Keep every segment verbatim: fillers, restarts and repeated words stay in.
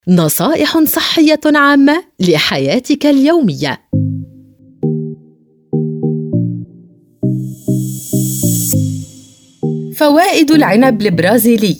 نصائح صحية عامة لحياتك اليومية. فوائد العنب البرازيلي.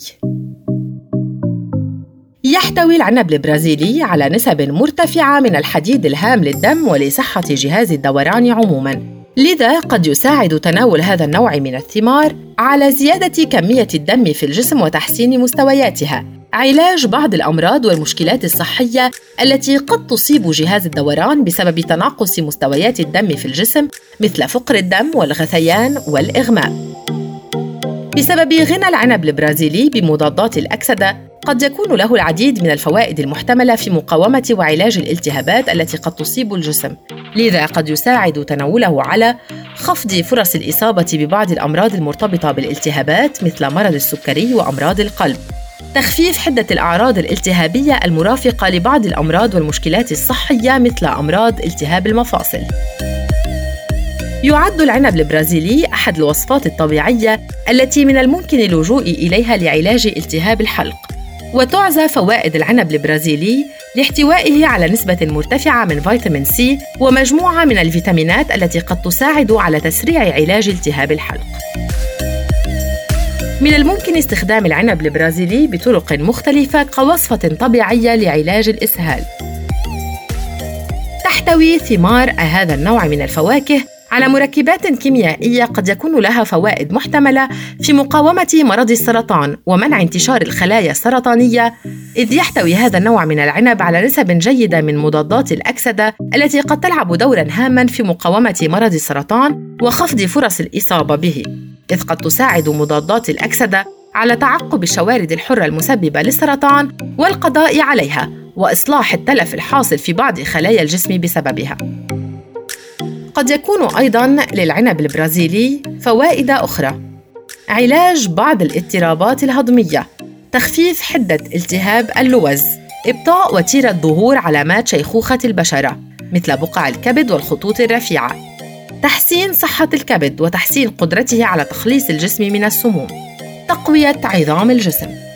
يحتوي العنب البرازيلي على نسب مرتفعة من الحديد الهام للدم ولصحة جهاز الدوران عموماً، لذا قد يساعد تناول هذا النوع من الثمار على زيادة كمية الدم في الجسم وتحسين مستوياتها، علاج بعض الأمراض والمشكلات الصحية التي قد تصيب جهاز الدوران بسبب تناقص مستويات الدم في الجسم مثل فقر الدم والغثيان والإغماء. بسبب غنى العنب البرازيلي بمضادات الأكسدة، قد يكون له العديد من الفوائد المحتملة في مقاومة وعلاج الالتهابات التي قد تصيب الجسم، لذا قد يساعد تناوله على خفض فرص الإصابة ببعض الأمراض المرتبطة بالالتهابات مثل مرض السكري وأمراض القلب، تخفيف حدة الأعراض الالتهابية المرافقة لبعض الأمراض والمشكلات الصحية مثل أمراض التهاب المفاصل. يعد العنب البرازيلي أحد الوصفات الطبيعية التي من الممكن اللجوء إليها لعلاج التهاب الحلق، وتعزى فوائد العنب البرازيلي لاحتوائه على نسبة مرتفعة من فيتامين سي ومجموعة من الفيتامينات التي قد تساعد على تسريع علاج التهاب الحلق. من الممكن استخدام العنب البرازيلي بطرق مختلفة كوصفة طبيعية لعلاج الإسهال. تحتوي ثمار هذا النوع من الفواكه على مركبات كيميائية قد يكون لها فوائد محتملة في مقاومة مرض السرطان ومنع انتشار الخلايا السرطانية، إذ يحتوي هذا النوع من العنب على نسب جيدة من مضادات الأكسدة التي قد تلعب دورا هاما في مقاومة مرض السرطان وخفض فرص الإصابة به، إذ قد تساعد مضادات الأكسدة على تعقب الشوارد الحرة المسببة للسرطان والقضاء عليها وإصلاح التلف الحاصل في بعض خلايا الجسم بسببها. قد يكون أيضاً للعنب البرازيلي فوائد أخرى: علاج بعض الاضطرابات الهضمية، تخفيف حدة التهاب اللوز، إبطاء وتيرة ظهور علامات شيخوخة البشرة مثل بقع الكبد والخطوط الرفيعة، تحسين صحة الكبد وتحسين قدرته على تخليص الجسم من السموم، تقوية عظام الجسم.